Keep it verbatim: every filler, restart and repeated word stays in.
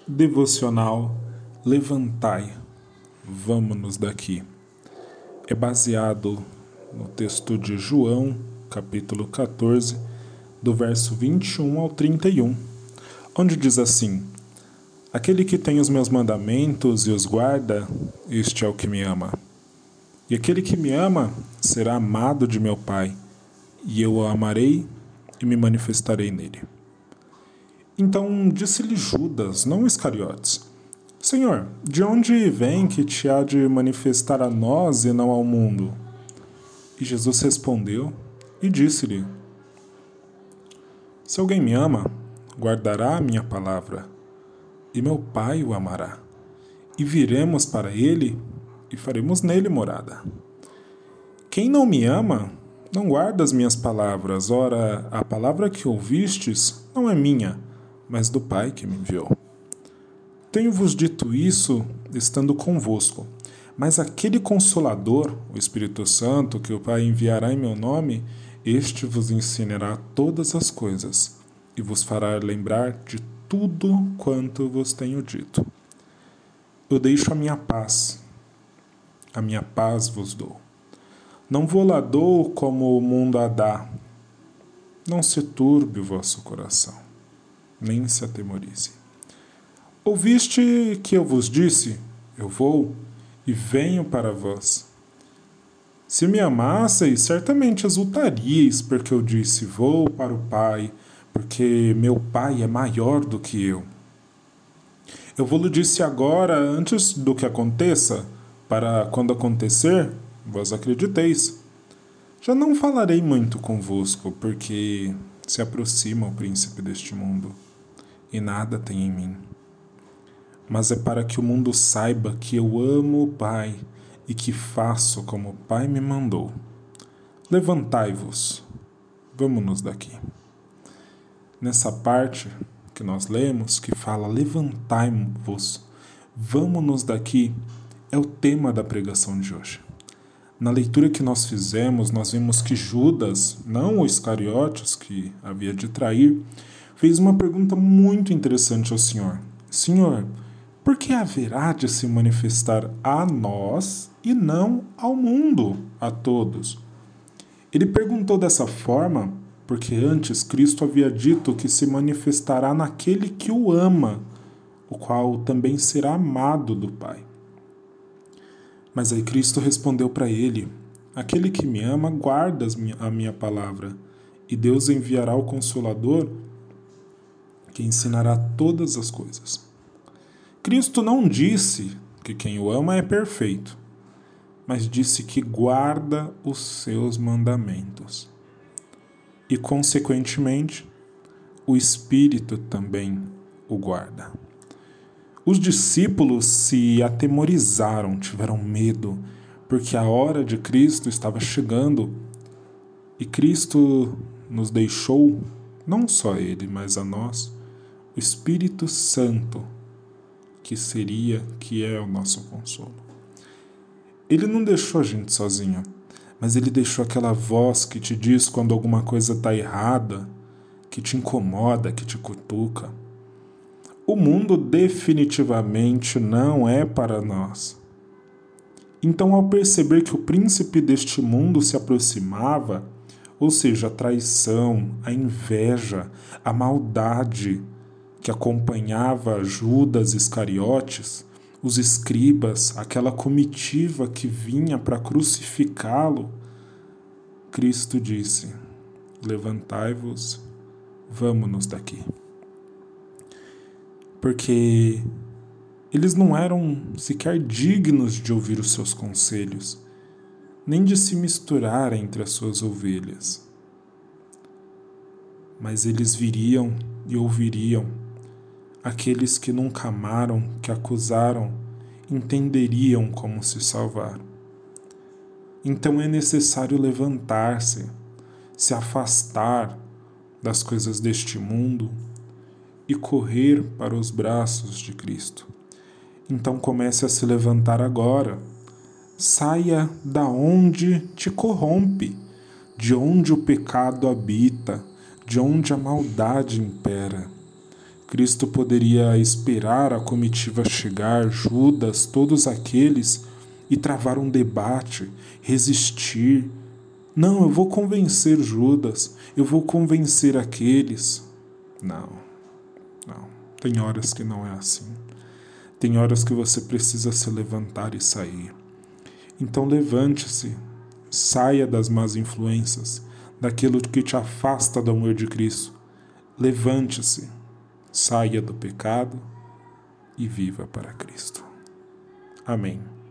Devocional Levantai, vamos-nos daqui. É baseado no texto de João, capítulo quatorze, do verso vinte e um ao trinta e um, onde diz assim: Aquele que tem os meus mandamentos e os guarda, este é o que me ama. E aquele que me ama será amado de meu Pai, e eu o amarei e me manifestarei nele. Então disse-lhe Judas, não Iscariotes: Senhor, de onde vem que te há de manifestar a nós e não ao mundo? E Jesus respondeu e disse-lhe: Se alguém me ama, guardará a minha palavra, e meu Pai o amará. E viremos para ele e faremos nele morada. Quem não me ama, não guarda as minhas palavras. Ora, a palavra que ouvistes não é minha, mas do Pai que me enviou. Tenho-vos dito isso estando convosco, mas aquele Consolador, o Espírito Santo, que o Pai enviará em meu nome, este vos ensinará todas as coisas e vos fará lembrar de tudo quanto vos tenho dito. Eu deixo a minha paz, a minha paz vos dou. Não vou-la dou como o mundo a dá. Não se turbe o vosso coração, nem se atemorize. Ouviste que eu vos disse, eu vou e venho para vós. Se me amasseis, certamente exultaríeis, porque eu disse, vou para o Pai, porque meu Pai é maior do que eu. Eu vou-lhe disse agora, antes do que aconteça, para quando acontecer, vós acrediteis. Já não falarei muito convosco, porque se aproxima o príncipe deste mundo, e nada tem em mim. Mas é para que o mundo saiba que eu amo o Pai e que faço como o Pai me mandou. Levantai-vos, vamos-nos daqui. Nessa parte que nós lemos, que fala levantai-vos, vamos-nos daqui, é o tema da pregação de hoje. Na leitura que nós fizemos, nós vimos que Judas, não o Iscariotes que havia de trair, fez uma pergunta muito interessante ao Senhor. Senhor, por que haverá de se manifestar a nós e não ao mundo, a todos? Ele perguntou dessa forma porque antes Cristo havia dito que se manifestará naquele que o ama, o qual também será amado do Pai. Mas aí Cristo respondeu para ele: Aquele que me ama guarda a minha palavra, e Deus enviará o Consolador que ensinará todas as coisas. Cristo não disse que quem o ama é perfeito, mas disse que guarda os seus mandamentos. E, consequentemente, o Espírito também o guarda. Os discípulos se atemorizaram, tiveram medo, porque a hora de Cristo estava chegando e Cristo nos deixou, não só Ele, mas a nós, o Espírito Santo, que seria, que é o nosso consolo. Ele não deixou a gente sozinho, mas Ele deixou aquela voz que te diz quando alguma coisa está errada, que te incomoda, que te cutuca. O mundo definitivamente não é para nós. Então, ao perceber que o príncipe deste mundo se aproximava, ou seja, a traição, a inveja, a maldade que acompanhava Judas Iscariotes, os escribas, aquela comitiva que vinha para crucificá-lo, Cristo disse: Levantai-vos, vamos-nos daqui. Porque eles não eram sequer dignos de ouvir os seus conselhos, nem de se misturar entre as suas ovelhas. Mas eles viriam e ouviriam. Aqueles que nunca amaram, que acusaram, entenderiam como se salvar. Então é necessário levantar-se, se afastar das coisas deste mundo e correr para os braços de Cristo. Então comece a se levantar agora. Saia da onde te corrompe, de onde o pecado habita, de onde a maldade impera. Cristo poderia esperar a comitiva chegar, Judas, todos aqueles, e travar um debate, resistir. Não, eu vou convencer Judas, eu vou convencer aqueles. Não, não. Tem horas que não é assim. Tem horas que você precisa se levantar e sair. Então levante-se, saia das más influências, daquilo que te afasta do amor de Cristo. Levante-se, saia do pecado e viva para Cristo. Amém.